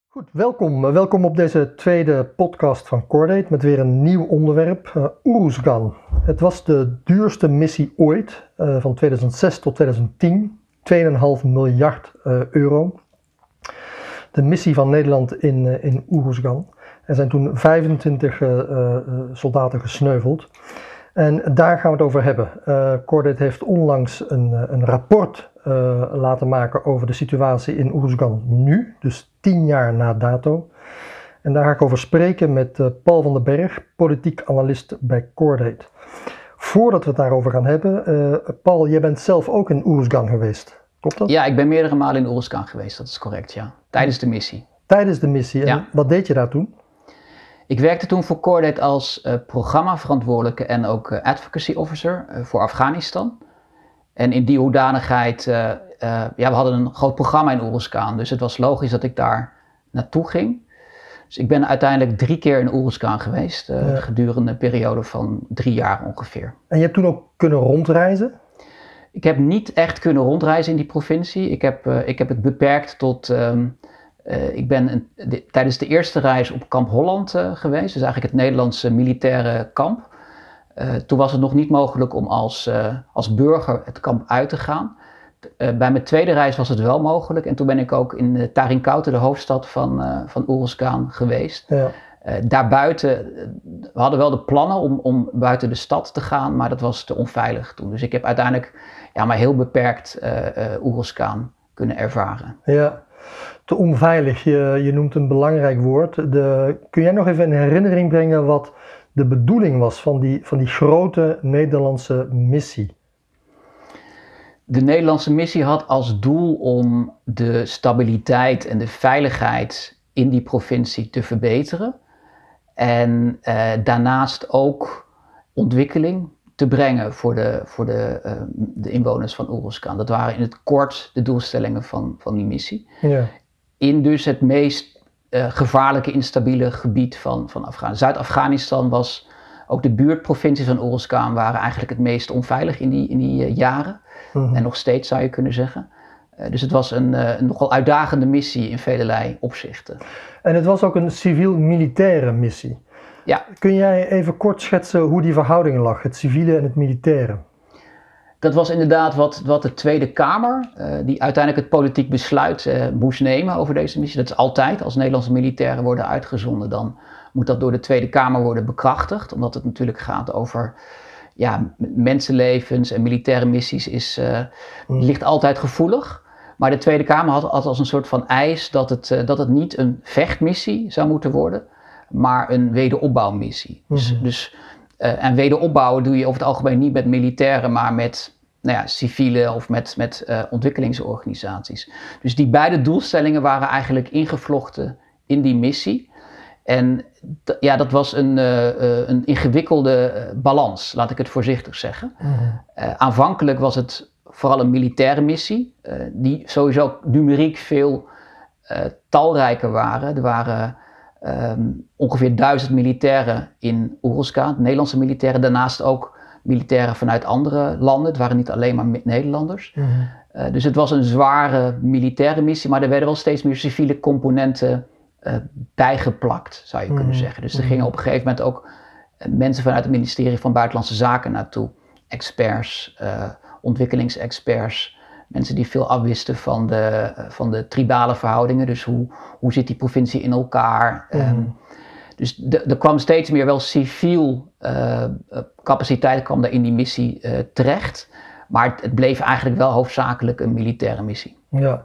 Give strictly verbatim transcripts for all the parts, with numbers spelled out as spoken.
Goed, welkom. Uh, welkom op deze tweede podcast van Cordate met weer een nieuw onderwerp, uh, Uruzgan. Het was de duurste missie ooit, uh, van tweeduizend zes tot tweeduizend tien, twee komma vijf miljard uh, euro. De missie van Nederland in, uh, in Uruzgan. Er zijn toen vijfentwintig uh, uh, soldaten gesneuveld. En daar gaan we het over hebben. Uh, Cordate heeft onlangs een, een rapport uh, laten maken over de situatie in Uruzgan nu, dus tien jaar na dato. En daar ga ik over spreken met uh, Paul van den Berg, politiek analist bij Cordate. Voordat we het daarover gaan hebben, uh, Paul, jij bent zelf ook in Uruzgan geweest, klopt dat? Ja, ik ben meerdere malen in Uruzgan geweest, dat is correct, ja. Tijdens de missie. Tijdens de missie, en ja. Wat deed je daar toen? Ik werkte toen voor Cordate als uh, programmaverantwoordelijke en ook uh, advocacy officer uh, voor Afghanistan. En in die hoedanigheid, uh, uh, ja, we hadden een groot programma in Uruzgan, dus het was logisch dat ik daar naartoe ging. Dus ik ben uiteindelijk drie keer in Uruzgan geweest, uh, ja. gedurende een periode van drie jaar ongeveer. En je hebt toen ook kunnen rondreizen? Ik heb niet echt kunnen rondreizen in die provincie. Ik heb, uh, ik heb het beperkt tot... Um, Uh, ik ben een, de, tijdens de eerste reis op kamp Holland uh, geweest, dus eigenlijk het Nederlandse militaire kamp. Uh, toen was het nog niet mogelijk om als, uh, als burger het kamp uit te gaan. Uh, bij mijn tweede reis was het wel mogelijk en toen ben ik ook in uh, Tarinkouten, de hoofdstad van, uh, van Uruzgan, geweest. Ja. Uh, daarbuiten, uh, we hadden wel de plannen om, om buiten de stad te gaan, maar dat was te onveilig toen. Dus ik heb uiteindelijk ja, maar heel beperkt uh, uh, Uruzgan kunnen ervaren. Ja. Te onveilig, je, je noemt een belangrijk woord. De, kun jij nog even in herinnering brengen wat de bedoeling was van die, van die grote Nederlandse missie? De Nederlandse missie had als doel om de stabiliteit en de veiligheid in die provincie te verbeteren. En uh, daarnaast ook ontwikkeling te brengen voor de, voor de, uh, de inwoners van Uruzgan. Dat waren in het kort de doelstellingen van, van die missie. Ja. In dus het meest uh, gevaarlijke, instabiele gebied van, van Afghanistan. Zuid-Afghanistan was, ook de buurtprovincies van Uruzgan waren eigenlijk het meest onveilig in die, in die uh, jaren. Mm-hmm. En nog steeds zou je kunnen zeggen. Uh, dus het was een, uh, een nogal uitdagende missie in velelei opzichten. En het was ook een civiel-militaire missie. Ja. Kun jij even kort schetsen hoe die verhouding lag, het civiele en het militaire? Dat was inderdaad wat, wat de Tweede Kamer, uh, die uiteindelijk het politiek besluit uh, moest nemen over deze missie. Dat is altijd, als Nederlandse militairen worden uitgezonden, dan moet dat door de Tweede Kamer worden bekrachtigd. Omdat het natuurlijk gaat over ja, mensenlevens en militaire missies is, uh, hmm. ligt altijd gevoelig. Maar de Tweede Kamer had, had als een soort van eis dat het, uh, dat het niet een vechtmissie zou moeten worden, maar een wederopbouwmissie. Mm-hmm. Dus, dus, uh, en wederopbouwen doe je over het algemeen niet met militairen, maar met nou ja, civiele of met, met uh, ontwikkelingsorganisaties. Dus die beide doelstellingen waren eigenlijk ingevlochten in die missie. En d- ja, dat was een, uh, uh, een ingewikkelde uh, balans, laat ik het voorzichtig zeggen. Mm-hmm. Uh, aanvankelijk was het vooral een militaire missie, uh, die sowieso numeriek veel uh, talrijker waren. Er waren Um, ongeveer duizend militairen in Uruzgan, Nederlandse militairen, daarnaast ook militairen vanuit andere landen. Het waren niet alleen maar Nederlanders. Mm-hmm. Uh, dus het was een zware militaire missie, maar er werden wel steeds meer civiele componenten uh, bijgeplakt, zou je mm-hmm. kunnen zeggen. Dus er gingen op een gegeven moment ook uh, mensen vanuit het ministerie van Buitenlandse Zaken naartoe. Experts, uh, ontwikkelingsexperts. Mensen die veel afwisten van de, van de tribale verhoudingen. Dus hoe, hoe zit die provincie in elkaar? Mm. Um, dus de, er kwam steeds meer wel civiel uh, capaciteit kwam daar in die missie uh, terecht. Maar het, het bleef eigenlijk wel hoofdzakelijk een militaire missie. Ja.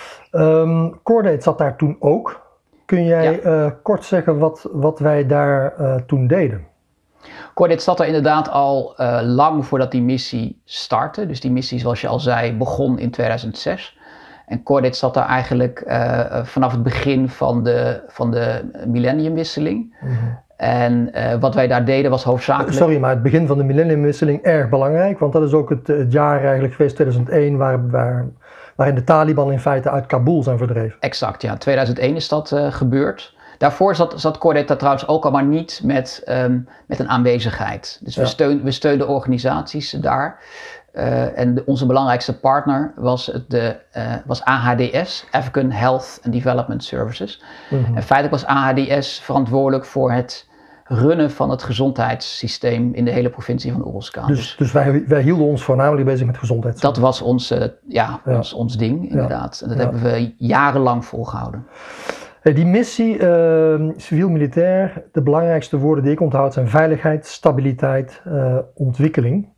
Um, Cordate zat daar toen ook. Kun jij ja. uh, kort zeggen wat, wat wij daar uh, toen deden? Cordate zat er inderdaad al uh, lang voordat die missie startte. Dus die missie, zoals je al zei, begon in tweeduizend zes. En Cordate zat daar eigenlijk uh, vanaf het begin van de, van de millenniumwisseling. Mm-hmm. En uh, wat wij daar deden was hoofdzakelijk... Sorry, maar het begin van de millenniumwisseling erg belangrijk. Want dat is ook het, het jaar eigenlijk geweest, tweeduizend één, waar, waar, waarin de Taliban in feite uit Kabul zijn verdreven. Exact, ja. tweeduizend één is dat uh, gebeurd. Daarvoor zat, zat Cordate daar trouwens ook al, maar niet met, um, met een aanwezigheid. Dus ja. we, steun, we steunden organisaties daar. Uh, en de, onze belangrijkste partner was, het de, uh, was A H D S, African Health and Development Services. Mm-hmm. En feitelijk was A H D S verantwoordelijk voor het runnen van het gezondheidssysteem in de hele provincie van Uruzgan. Dus, dus, dus wij, wij hielden ons voornamelijk bezig met gezondheid. Dat was ons, uh, ja, ja. Ons, ons ding, inderdaad. Ja. En dat ja. hebben we jarenlang volgehouden. Hey, die missie, uh, civiel-militair, de belangrijkste woorden die ik onthoud zijn veiligheid, stabiliteit, uh, ontwikkeling.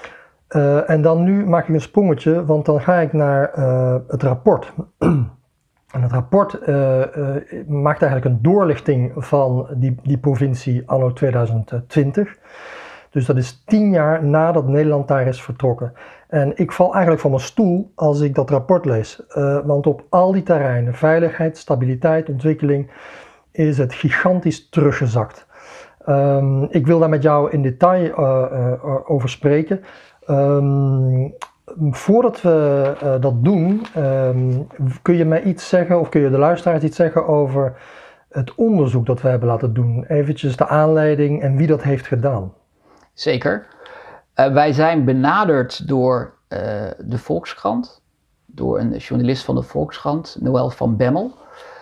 Uh, en dan nu maak ik een sprongetje, want dan ga ik naar uh, het rapport. En het rapport uh, uh, maakt eigenlijk een doorlichting van die, die provincie anno tweeduizend twintig. Dus dat is tien jaar nadat Nederland daar is vertrokken. En ik val eigenlijk van mijn stoel als ik dat rapport lees. Uh, want op al die terreinen, veiligheid, stabiliteit, ontwikkeling, is het gigantisch teruggezakt. Um, ik wil daar met jou in detail uh, uh, over spreken. Um, Voordat we uh, dat doen, um, kun je mij iets zeggen of kun je de luisteraars iets zeggen over het onderzoek dat we hebben laten doen? Eventjes de aanleiding en wie dat heeft gedaan. Zeker. Uh, wij zijn benaderd door uh, de Volkskrant, door een journalist van de Volkskrant, Noël van Bemmel,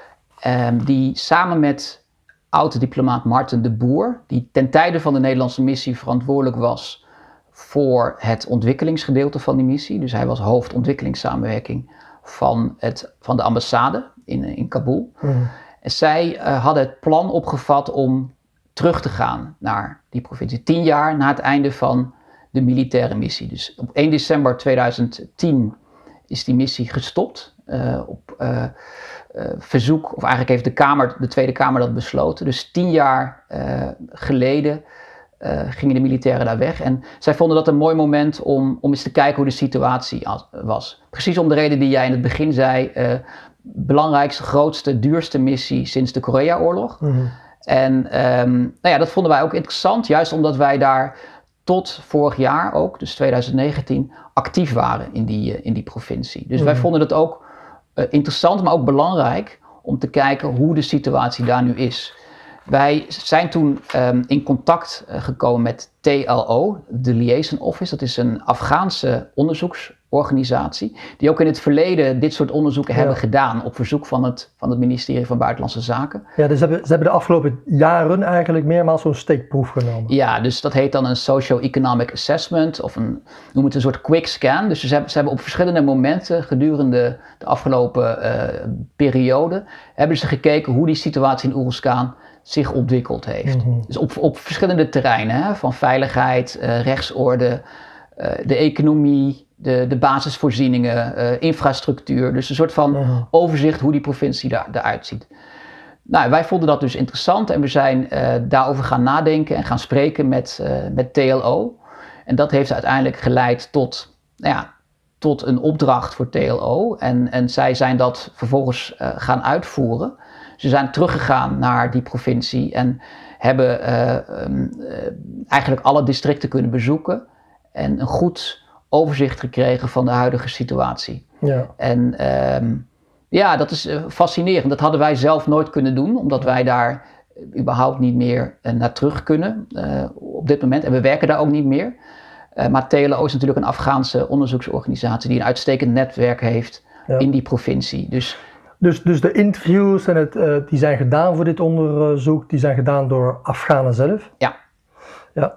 um, die samen met oud-diplomaat Marten de Boer, die ten tijde van de Nederlandse missie verantwoordelijk was voor het ontwikkelingsgedeelte van die missie. Dus hij was hoofd ontwikkelingssamenwerking van, het, van de ambassade in, in Kabul. Mm. En zij uh, hadden het plan opgevat om terug te gaan naar die provincie. Tien jaar na het einde van de militaire missie. Dus op één december tweeduizend tien is die missie gestopt. Uh, op uh, uh, verzoek, of eigenlijk heeft de, Kamer, de Tweede Kamer dat besloten. Dus tien jaar uh, geleden Uh, gingen de militairen daar weg. En zij vonden dat een mooi moment om, om eens te kijken hoe de situatie was. Precies om de reden die jij in het begin zei. Uh, belangrijkste, grootste, duurste missie sinds de Korea-oorlog. Mm-hmm. En um, nou ja, dat vonden wij ook interessant. Juist omdat wij daar tot vorig jaar ook, dus twintig negentien, actief waren in die, uh, in die provincie. Dus mm-hmm. wij vonden het ook uh, interessant, maar ook belangrijk om te kijken hoe de situatie daar nu is. Wij zijn toen um, in contact uh, gekomen met T L O, de Liaison Office. Dat is een Afghaanse onderzoeksorganisatie die ook in het verleden dit soort onderzoeken ja. hebben gedaan op verzoek van het, van het ministerie van Buitenlandse Zaken. Ja, dus ze hebben, ze hebben de afgelopen jaren eigenlijk meermaals zo'n steekproef genomen. Ja, dus dat heet dan een socio-economic assessment of een, noem het een soort quick scan. Dus ze hebben, ze hebben op verschillende momenten gedurende de afgelopen uh, periode hebben ze gekeken hoe die situatie in Uruzgan zich ontwikkeld heeft. Mm-hmm. Dus op, op verschillende terreinen, hè, van veiligheid, uh, rechtsorde, uh, de economie, de, de basisvoorzieningen, uh, infrastructuur. Dus een soort van mm-hmm. overzicht hoe die provincie daar, eruit ziet. Nou, wij vonden dat dus interessant en we zijn uh, daarover gaan nadenken en gaan spreken met, uh, met T L O. En dat heeft uiteindelijk geleid tot, nou ja, tot een opdracht voor T L O. En, en zij zijn dat vervolgens uh, gaan uitvoeren. Ze zijn teruggegaan naar die provincie en hebben uh, um, uh, eigenlijk alle districten kunnen bezoeken en een goed overzicht gekregen van de huidige situatie. Ja. En um, ja, dat is uh, fascinerend. Dat hadden wij zelf nooit kunnen doen, omdat wij daar überhaupt niet meer uh, naar terug kunnen uh, op dit moment. En we werken daar ook niet meer. Uh, maar T L O is natuurlijk een Afghaanse onderzoeksorganisatie die een uitstekend netwerk heeft ja. in die provincie. Dus Dus, dus de interviews en het, uh, die zijn gedaan voor dit onderzoek, die zijn gedaan door Afghanen zelf? Ja. Ja.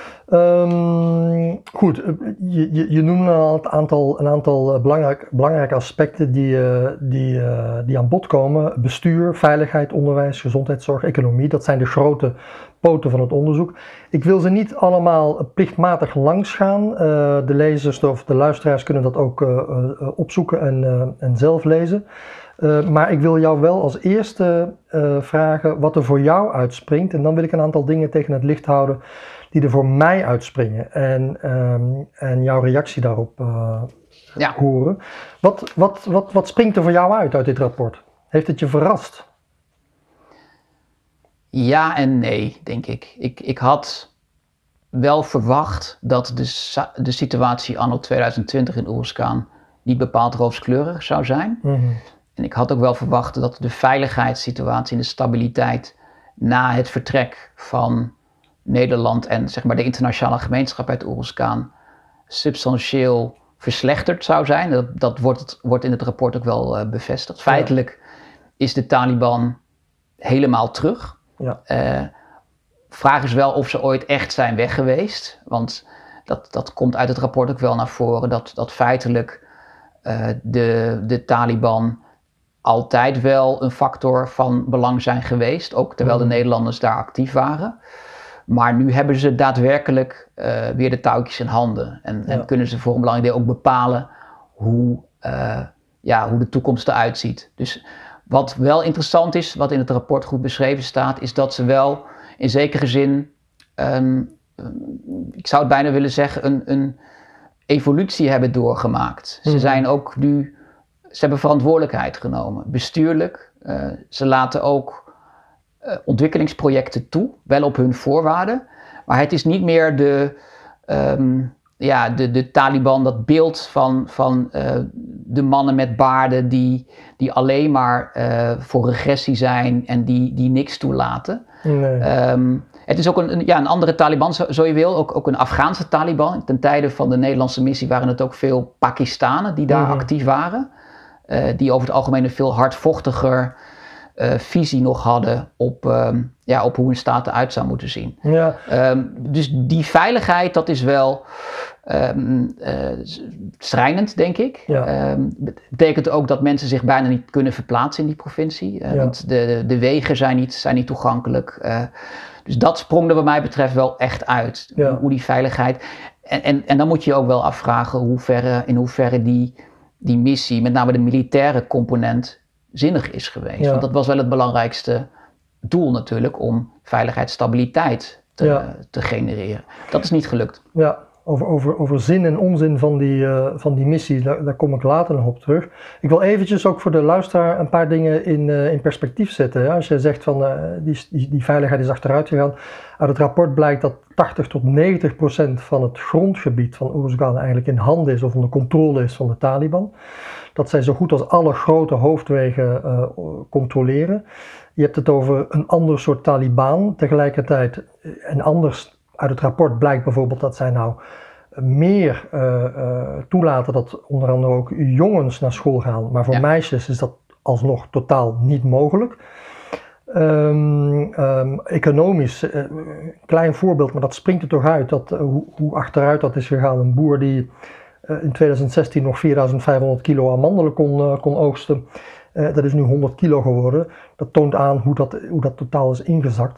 Um, goed, je, je, je noemde een aantal, een aantal belangrijk, belangrijke aspecten die, uh, die, uh, die aan bod komen. Bestuur, veiligheid, onderwijs, gezondheidszorg, economie. Dat zijn de grote poten van het onderzoek. Ik wil ze niet allemaal plichtmatig langsgaan. Uh, de lezers of de luisteraars kunnen dat ook uh, uh, opzoeken en, uh, en zelf lezen. Uh, maar ik wil jou wel als eerste uh, vragen wat er voor jou uitspringt. En dan wil ik een aantal dingen tegen het licht houden die er voor mij uitspringen. En, um, en jouw reactie daarop uh, ja. horen. Wat, wat, wat, wat springt er voor jou uit uit dit rapport? Heeft het je verrast? Ja en nee, denk ik. Ik, ik had wel verwacht dat de, de situatie anno tweeduizend twintig in Uruzgan niet bepaald rooskleurig zou zijn. Mm-hmm. En ik had ook wel verwacht dat de veiligheidssituatie en de stabiliteit na het vertrek van Nederland en zeg maar de internationale gemeenschap uit Uruzgan substantieel verslechterd zou zijn. Dat, dat wordt, wordt in het rapport ook wel uh, bevestigd. Feitelijk is de Taliban helemaal terug. Ja. Uh, vraag is wel of ze ooit echt zijn weg geweest. Want dat, dat komt uit het rapport ook wel naar voren. Dat, dat feitelijk uh, de, de Taliban altijd wel een factor van belang zijn geweest. Ook terwijl de Nederlanders daar actief waren. Maar nu hebben ze daadwerkelijk uh, weer de touwtjes in handen. En, ja. en kunnen ze voor een belangrijk deel ook bepalen hoe, uh, ja, hoe de toekomst eruit ziet. Dus wat wel interessant is, wat in het rapport goed beschreven staat, is dat ze wel in zekere zin, um, ik zou het bijna willen zeggen, een, een evolutie hebben doorgemaakt. Mm-hmm. Ze zijn ook nu, ze hebben verantwoordelijkheid genomen, bestuurlijk. Uh, ze laten ook uh, ontwikkelingsprojecten toe, wel op hun voorwaarden. Maar het is niet meer de, um, ja, de, de Taliban, dat beeld van, van uh, de mannen met baarden die, die alleen maar uh, voor regressie zijn en die, die niks toelaten. Nee. Um, het is ook een, een, ja, een andere Taliban, zo, zo je wil, ook, ook een Afghaanse Taliban. Ten tijde van de Nederlandse missie waren het ook veel Pakistanen die daar mm-hmm. actief waren. Uh, die over het algemeen een veel hardvochtiger uh, visie nog hadden op, um, ja, op hoe een staat eruit zou moeten zien. Ja. Um, dus die veiligheid, dat is wel um, uh, schrijnend, denk ik. Ja. Um, betekent ook dat mensen zich bijna niet kunnen verplaatsen in die provincie. Uh, ja. Want de, de wegen zijn niet, zijn niet toegankelijk. Uh, dus dat sprong er wat mij betreft wel echt uit. Ja. Hoe, hoe die veiligheid... En, en, en dan moet je je ook wel afvragen hoe verre, in hoeverre die... die missie, met name de militaire component, zinnig is geweest. Ja. Want dat was wel het belangrijkste doel natuurlijk, om veiligheid, stabiliteit te, ja. te genereren. Dat is niet gelukt. Ja, over, over, over zin en onzin van die, uh, van die missie, daar, daar kom ik later nog op terug. Ik wil eventjes ook voor de luisteraar een paar dingen in, uh, in perspectief zetten. Ja? Als je zegt van uh, die, die, die veiligheid is achteruit gegaan. Uit het rapport blijkt dat tachtig tot negentig procent van het grondgebied van Uruzgan eigenlijk in handen is of onder controle is van de Taliban. Dat zij zo goed als alle grote hoofdwegen uh, controleren. Je hebt het over een ander soort Taliban. Tegelijkertijd, en anders uit het rapport blijkt bijvoorbeeld dat zij nou meer uh, uh, toelaten dat onder andere ook jongens naar school gaan. Maar voor ja. meisjes is dat alsnog totaal niet mogelijk. Um, um, economisch, uh, klein voorbeeld, maar dat springt er toch uit, dat, uh, hoe, hoe achteruit dat is gegaan. Een boer die uh, in twintig zestien nog vierduizend vijfhonderd kilo amandelen kon, uh, kon oogsten, uh, dat is nu honderd kilo geworden. Dat toont aan hoe dat, hoe dat totaal is ingezakt.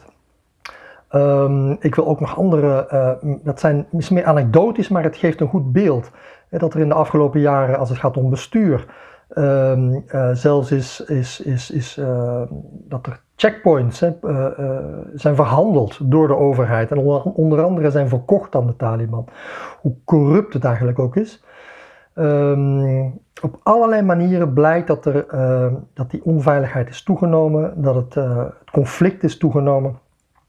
Um, ik wil ook nog andere, uh, dat zijn is meer anekdotisch, maar het geeft een goed beeld. Uh, dat er in de afgelopen jaren, als het gaat om bestuur, um, uh, zelfs is, is, is, is uh, dat er checkpoints hè, uh, uh, zijn verhandeld door de overheid en onder, onder andere zijn verkocht aan de Taliban. Hoe corrupt het eigenlijk ook is. Um, op allerlei manieren blijkt dat, er, uh, dat die onveiligheid is toegenomen, dat het, uh, het conflict is toegenomen.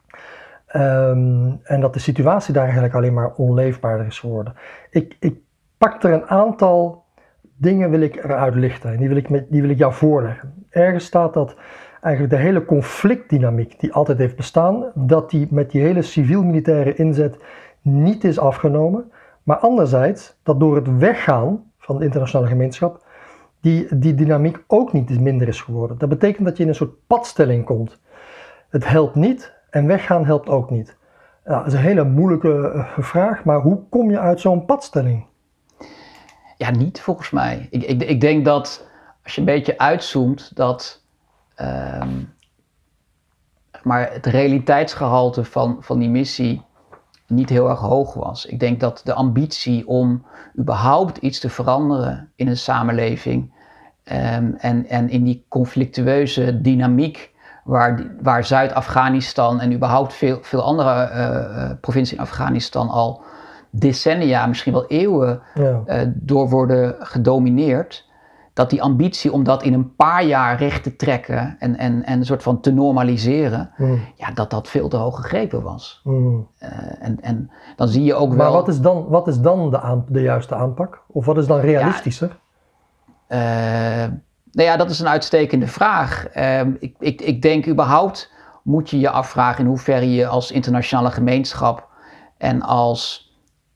Um, en dat de situatie daar eigenlijk alleen maar onleefbaarder is geworden. Ik, ik pak er een aantal dingen wil ik eruit lichten en die wil ik, met, die wil ik jou voorleggen. Ergens staat dat eigenlijk de hele conflictdynamiek die altijd heeft bestaan, dat die met die hele civiel-militaire inzet niet is afgenomen. Maar anderzijds, dat door het weggaan van de internationale gemeenschap, die, die dynamiek ook niet minder is geworden. Dat betekent dat je in een soort padstelling komt. Het helpt niet en weggaan helpt ook niet. Nou, dat is een hele moeilijke uh, vraag, maar hoe kom je uit zo'n padstelling? Ja, niet volgens mij. Ik, ik, ik denk dat als je een beetje uitzoomt, dat um, maar het realiteitsgehalte van, van die missie niet heel erg hoog was. Ik denk dat de ambitie om überhaupt iets te veranderen in een samenleving um, en, en in die conflictueuze dynamiek waar, waar Zuid-Afghanistan en überhaupt veel, veel andere uh, provincies in Afghanistan al decennia, misschien wel eeuwen ja. uh, door worden gedomineerd, dat die ambitie om dat in een paar jaar recht te trekken en, en, en een soort van te normaliseren, mm. ja, dat dat veel te hoog gegrepen was. Mm. Uh, en, en dan zie je ook maar wel... Maar wat is dan, wat is dan de, aan, de juiste aanpak? Of wat is dan realistischer? Ja, uh, nou ja, dat is een uitstekende vraag. Uh, ik, ik, ik denk überhaupt moet je je afvragen in hoeverre je als internationale gemeenschap en als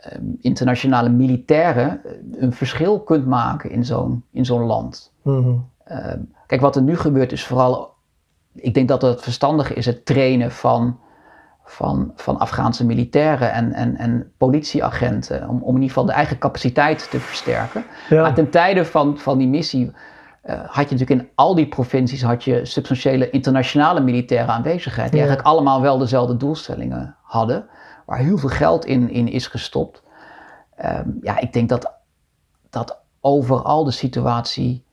internationale militairen een verschil kunt maken in zo'n, in zo'n land. Mm-hmm. Uh, kijk, wat er nu gebeurt is vooral, ik denk dat het verstandig is het trainen van, van, van Afghaanse militairen en, en, en politieagenten, om, om in ieder geval de eigen capaciteit te versterken. Ja. Maar ten tijde van, van die missie uh, had je natuurlijk in al die provincies had je substantiële internationale militaire aanwezigheid, die ja. eigenlijk allemaal wel dezelfde doelstellingen hadden, waar heel veel geld in, in is gestopt. Um, ja, ik denk dat, dat overal de situatie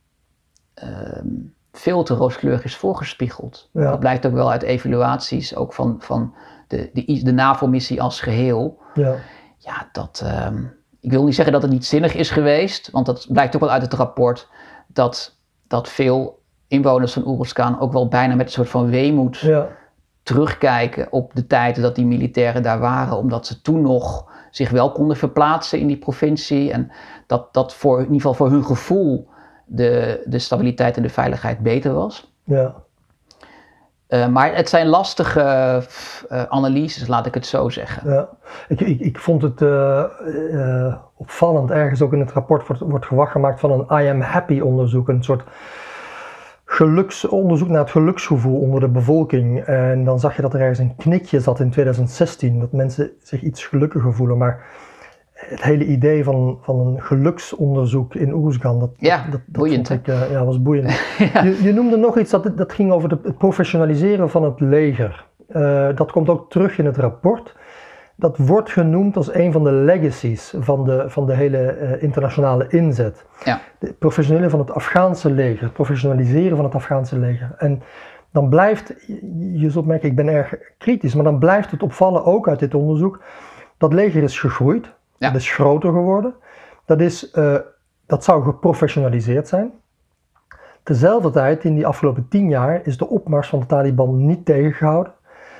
um, veel te rooskleurig is voorgespiegeld. Ja. Dat blijkt ook wel uit evaluaties, ook van, van de, de, de NAVO-missie als geheel. Ja, ja dat, um, ik wil niet zeggen dat het niet zinnig is geweest, want dat blijkt ook wel uit het rapport, dat, dat veel inwoners van Uruzgan ook wel bijna met een soort van weemoed ja. terugkijken op de tijden dat die militairen daar waren, omdat ze toen nog zich wel konden verplaatsen in die provincie en dat dat voor, in ieder geval voor hun gevoel de, de stabiliteit en de veiligheid beter was. Ja. Uh, maar het zijn lastige uh, analyses, laat ik het zo zeggen. Ja. Ik, ik, ik vond het uh, uh, opvallend, ergens ook in het rapport wordt, wordt gewacht gemaakt van een I am happy onderzoek, een soort geluksonderzoek naar het geluksgevoel onder de bevolking. En dan zag je dat er ergens een knikje zat in twintig zestien, dat mensen zich iets gelukkiger voelen. Maar het hele idee van, van een geluksonderzoek in Uruzgan, dat, ja, dat, dat boeiend, vond ik, uh, ja, was boeiend. ja. je, je noemde nog iets, dat, dat ging over de, het professionaliseren van het leger. Uh, dat komt ook terug in het rapport. Dat wordt genoemd als een van de legacies van de, van de hele uh, internationale inzet. Ja. Het professionaliseren van het Afghaanse leger, het professionaliseren van het Afghaanse leger. En dan blijft, je zult merken, ik ben erg kritisch, maar dan blijft het opvallen ook uit dit onderzoek, dat leger is gegroeid, ja. dat is groter geworden, dat, is, uh, dat zou geprofessionaliseerd zijn. Tezelfde tijd, in die afgelopen tien jaar, is de opmars van de Taliban niet tegengehouden.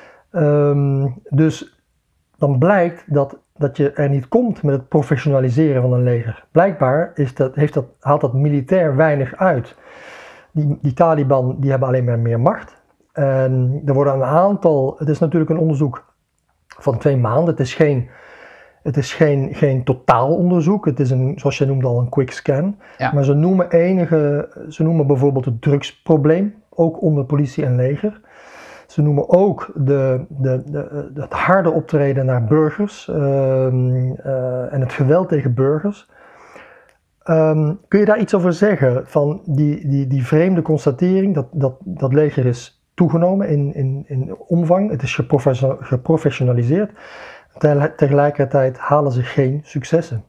Um, dus dan blijkt dat, dat je er niet komt met het professionaliseren van een leger. Blijkbaar is dat, heeft dat, haalt dat militair weinig uit. Die, die Taliban die hebben alleen maar meer macht. En er worden een aantal, het is natuurlijk een onderzoek van twee maanden. Het is geen, het is geen, geen totaalonderzoek. Het is een, zoals je noemde al, een quick scan. Ja. Maar ze noemen enige, ze noemen bijvoorbeeld het drugsprobleem, ook onder politie en leger. Ze noemen ook de, de, de, de, het harde optreden naar burgers uh, uh, en het geweld tegen burgers. Um, kun je daar iets over zeggen van die, die, die vreemde constatering dat, dat dat leger is toegenomen in, in, in omvang, het is geprofessionaliseerd, tegelijkertijd halen ze geen successen?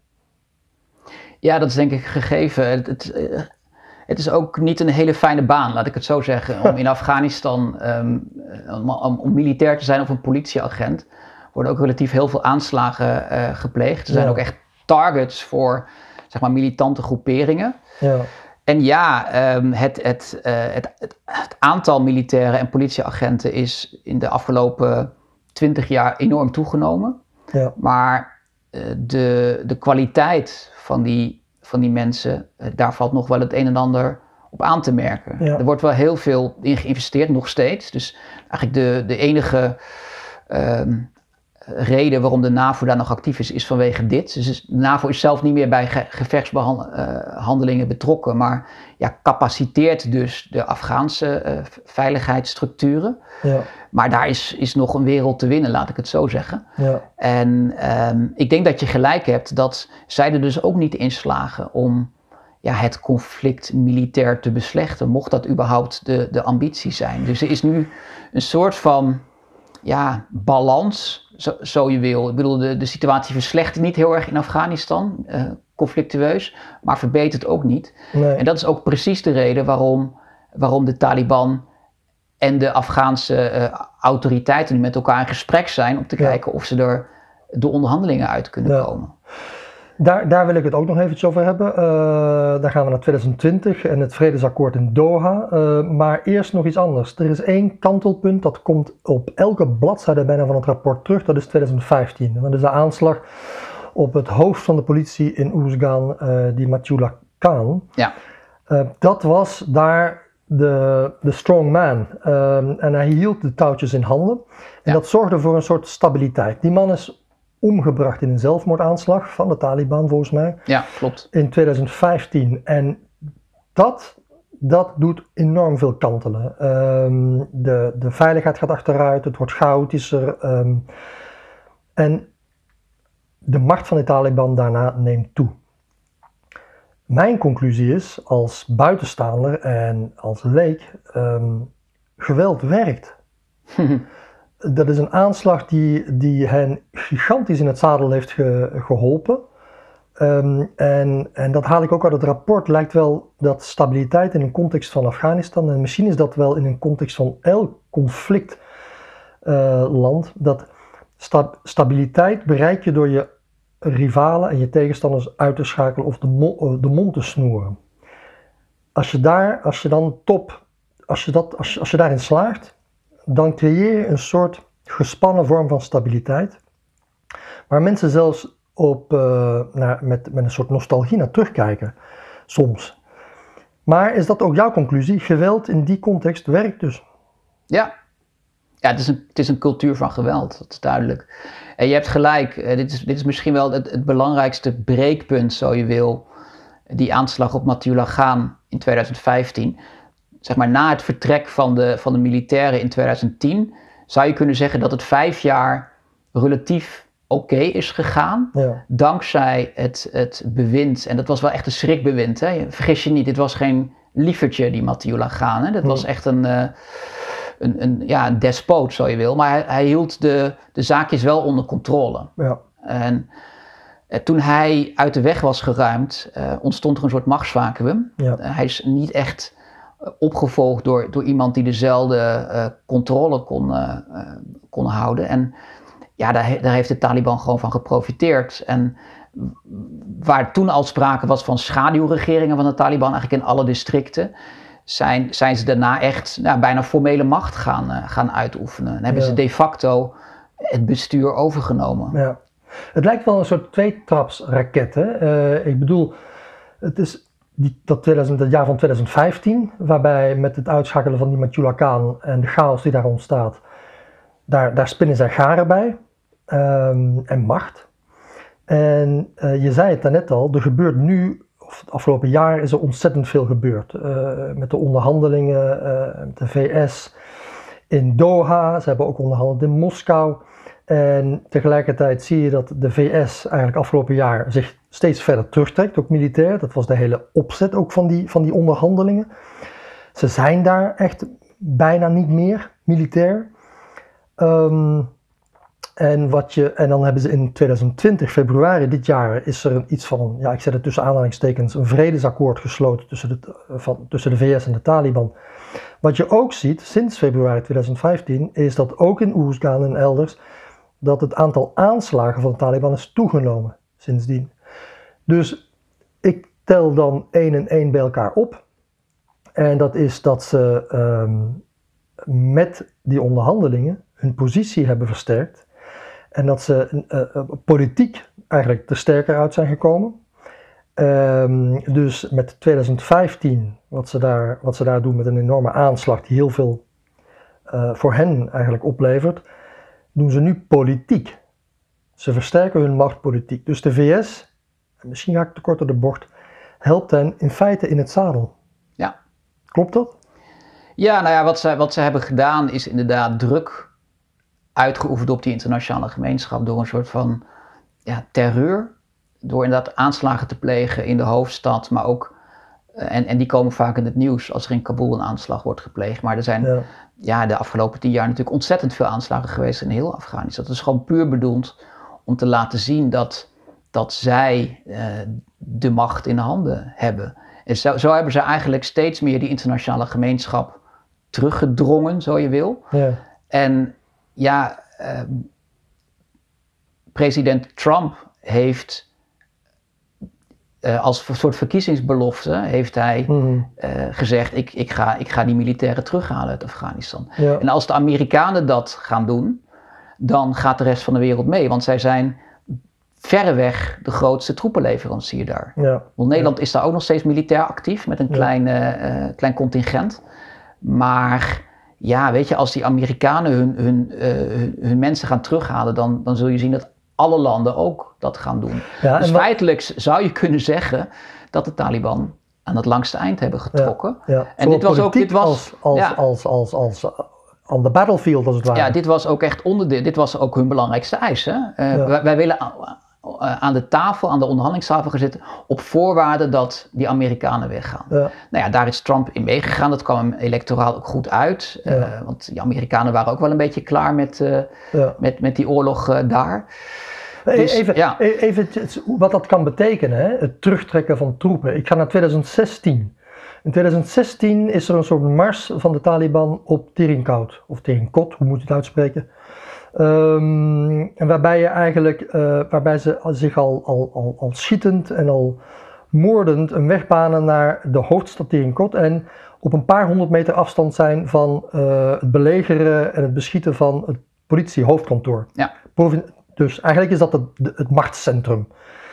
Ja, dat is denk ik gegeven. Het, het, Het is ook niet een hele fijne baan, laat ik het zo zeggen. Om in Afghanistan, um, om, om, om militair te zijn of een politieagent, worden ook relatief heel veel aanslagen uh, gepleegd. Er zijn ja. ook echt targets voor, zeg maar, militante groeperingen. Ja. En ja, um, het, het, uh, het, het, het aantal militairen en politieagenten is in de afgelopen twintig jaar enorm toegenomen. Ja. Maar uh, de, de kwaliteit van die van die mensen, daar valt nog wel het een en ander op aan te merken. Ja. Er wordt wel heel veel in geïnvesteerd, nog steeds. Dus eigenlijk de, de enige um, reden waarom de NAVO daar nog actief is, is vanwege dit. Dus de NAVO is zelf niet meer bij ge- gevechtshandelingen betrokken, maar ja, capaciteert dus de Afghaanse uh, veiligheidsstructuren. Ja. Maar daar is, is nog een wereld te winnen, laat ik het zo zeggen. Ja. En um, ik denk dat je gelijk hebt dat zij er dus ook niet in slagen om ja, het conflict militair te beslechten, mocht dat überhaupt de, de ambitie zijn. Dus er is nu een soort van ja, balans, zo, zo je wil. Ik bedoel, de, de situatie verslechtert niet heel erg in Afghanistan, uh, conflictueus, maar verbetert ook niet. Nee. En dat is ook precies de reden waarom, waarom de Taliban en de Afghaanse uh, autoriteiten nu met elkaar in gesprek zijn om te ja. kijken of ze er de onderhandelingen uit kunnen ja. komen. Daar, daar wil ik het ook nog eventjes over hebben. Uh, daar gaan we naar twintig twintig en het vredesakkoord in Doha. Uh, maar eerst nog iets anders. Er is één kantelpunt, dat komt op elke bladzijde bijna van het rapport terug. Dat is twintig vijftien. En dat is de aanslag op het hoofd van de politie in Uruzgan, uh, die Matullah Khan. Ja. Uh, dat was daar de, de strong man. Uh, en hij hield de touwtjes in handen. En ja. dat zorgde voor een soort stabiliteit. Die man is omgebracht in een zelfmoordaanslag van de Taliban volgens mij. Ja, klopt. In twintig vijftien. En dat, dat doet enorm veel kantelen. Um, de, de veiligheid gaat achteruit, het wordt chaotischer. Um, en de macht van de Taliban daarna neemt toe. Mijn conclusie is, als buitenstaander en als leek, um, geweld werkt. Dat is een aanslag die, die hen gigantisch in het zadel heeft ge, geholpen. Um, en, en dat haal ik ook uit het rapport, lijkt wel dat stabiliteit in een context van Afghanistan, en misschien is dat wel in een context van elk conflictland, uh, dat sta, stabiliteit bereik je door je rivalen en je tegenstanders uit te schakelen of de, mo- de mond te snoeren. Als je daar, als je dan top, als je, dat, als je, als je daarin slaagt, dan creëer je een soort gespannen vorm van stabiliteit, waar mensen zelfs op, uh, naar, met, met een soort nostalgie naar terugkijken, soms. Maar is dat ook jouw conclusie? Geweld in die context werkt dus? Ja, ja het, is een, het is een cultuur van geweld, dat is duidelijk. En je hebt gelijk, uh, dit, is, dit is misschien wel het, het belangrijkste breekpunt, zo je wil, die aanslag op Mathieu Lagan in twintig vijftien. Zeg maar na het vertrek van de, van de militairen in twintig tien, zou je kunnen zeggen dat het vijf jaar relatief oké okay is gegaan, ja. Dankzij het, het bewind. En dat was wel echt een schrikbewind. Hè? Vergis je niet, dit was geen liefertje, die Mathieu Lagan. Hè? Dat ja. was echt een, uh, een, een, ja, een despoot, zo je wil. Maar hij, hij hield de, de zaakjes wel onder controle. Ja. En uh, toen hij uit de weg was geruimd, uh, ontstond er een soort machtsvacuüm. Ja. Uh, hij is niet echt uh, opgevolgd door, door iemand die dezelfde uh, controle kon, uh, uh, kon houden. En ja, daar, daar heeft de Taliban gewoon van geprofiteerd. En waar toen al sprake was van schaduwregeringen van de Taliban, eigenlijk in alle districten, zijn, zijn ze daarna echt nou, bijna formele macht gaan, uh, gaan uitoefenen. En hebben ja. ze de facto het bestuur overgenomen. Ja. Het lijkt wel een soort tweetrapsraket. Hè? Uh, ik bedoel, het is die, dat, tweeduizend, dat jaar van twintig vijftien, waarbij met het uitschakelen van die Mathieu Lagan en de chaos die daar ontstaat, Daar, daar spinnen zij garen bij um, en macht. En uh, je zei het daarnet al, er gebeurt nu, of het afgelopen jaar is er ontzettend veel gebeurd. Uh, met de onderhandelingen uh, met de V S in Doha, ze hebben ook onderhandeld in Moskou. En tegelijkertijd zie je dat de V S eigenlijk afgelopen jaar zich steeds verder terugtrekt, ook militair. Dat was de hele opzet ook van die, van die onderhandelingen. Ze zijn daar echt bijna niet meer militair. Um, en, wat je, en dan hebben ze in twintig twintig, februari dit jaar, is er een, iets van, een, ja ik zet het tussen aanhalingstekens, een vredesakkoord gesloten tussen de, van, tussen de V S en de Taliban. Wat je ook ziet sinds februari twintig vijftien is dat ook in Uruzgan en elders, dat het aantal aanslagen van de Taliban is toegenomen sindsdien. Dus ik tel dan één en één bij elkaar op. En dat is dat ze um, met die onderhandelingen hun positie hebben versterkt. En dat ze uh, uh, politiek eigenlijk er sterker uit zijn gekomen. Um, dus met twintig vijftien, wat ze, daar, wat ze daar doen met een enorme aanslag die heel veel uh, voor hen eigenlijk oplevert, doen ze nu politiek. Ze versterken hun macht politiek. Dus de V S, en misschien ga ik te kort door de bocht, helpt hen in feite in het zadel. Ja. Klopt dat? Ja, nou ja, wat ze, wat ze hebben gedaan is inderdaad druk uitgeoefend op die internationale gemeenschap door een soort van ja, terreur. Door inderdaad aanslagen te plegen in de hoofdstad, maar ook, uh, en, en die komen vaak in het nieuws als er in Kabul een aanslag wordt gepleegd. Maar er zijn ja. Ja, de afgelopen tien jaar natuurlijk ontzettend veel aanslagen geweest in heel Afghanistan. Dat is gewoon puur bedoeld om te laten zien dat, dat zij uh, de macht in de handen hebben. En zo, zo hebben ze eigenlijk steeds meer die internationale gemeenschap teruggedrongen, zo je wil. Ja. En ja, uh, president Trump heeft uh, als een soort verkiezingsbelofte heeft hij mm-hmm. uh, gezegd, ik, ik, ga, ik ga die militairen terughalen uit Afghanistan. Ja. En als de Amerikanen dat gaan doen, dan gaat de rest van de wereld mee. Want zij zijn verreweg de grootste troepenleverancier daar. Ja. Want Nederland ja. is daar ook nog steeds militair actief met een ja. klein, uh, klein contingent. Maar ja, weet je, als die Amerikanen hun, hun, uh, hun, hun mensen gaan terughalen, dan, dan zul je zien dat alle landen ook dat gaan doen. Ja, dus wat... feitelijk zou je kunnen zeggen dat de Taliban aan het langste eind hebben getrokken. Ja, ja. En dit was ook dit was als, als, ja. als, als, als, als on the battlefield als het ware. Ja, dit was ook echt onderdeel. Dit was ook hun belangrijkste eis. Hè? Uh, ja. wij, wij willen aan de tafel, aan de onderhandelingstafel gaan zitten op voorwaarde dat die Amerikanen weggaan. Ja. Nou ja, daar is Trump in meegegaan. Dat kwam hem electoraal ook goed uit. Ja. Uh, want die Amerikanen waren ook wel een beetje klaar met, uh, ja. met, met die oorlog uh, daar. Dus, even, ja. even wat dat kan betekenen, hè? Het terugtrekken van troepen. Ik ga naar twintig zestien. In twintig zestien is er een soort mars van de Taliban op Terinkout, of Terinkot, hoe moet je het uitspreken? Um, en waarbij, je eigenlijk, uh, waarbij ze zich al, al, al, al schietend en al moordend een weg banen naar de hoofdstad Terinkot en op een paar honderd meter afstand zijn van uh, het belegeren en het beschieten van het politiehoofdkantoor. Ja. Dus eigenlijk is dat het, het machtscentrum.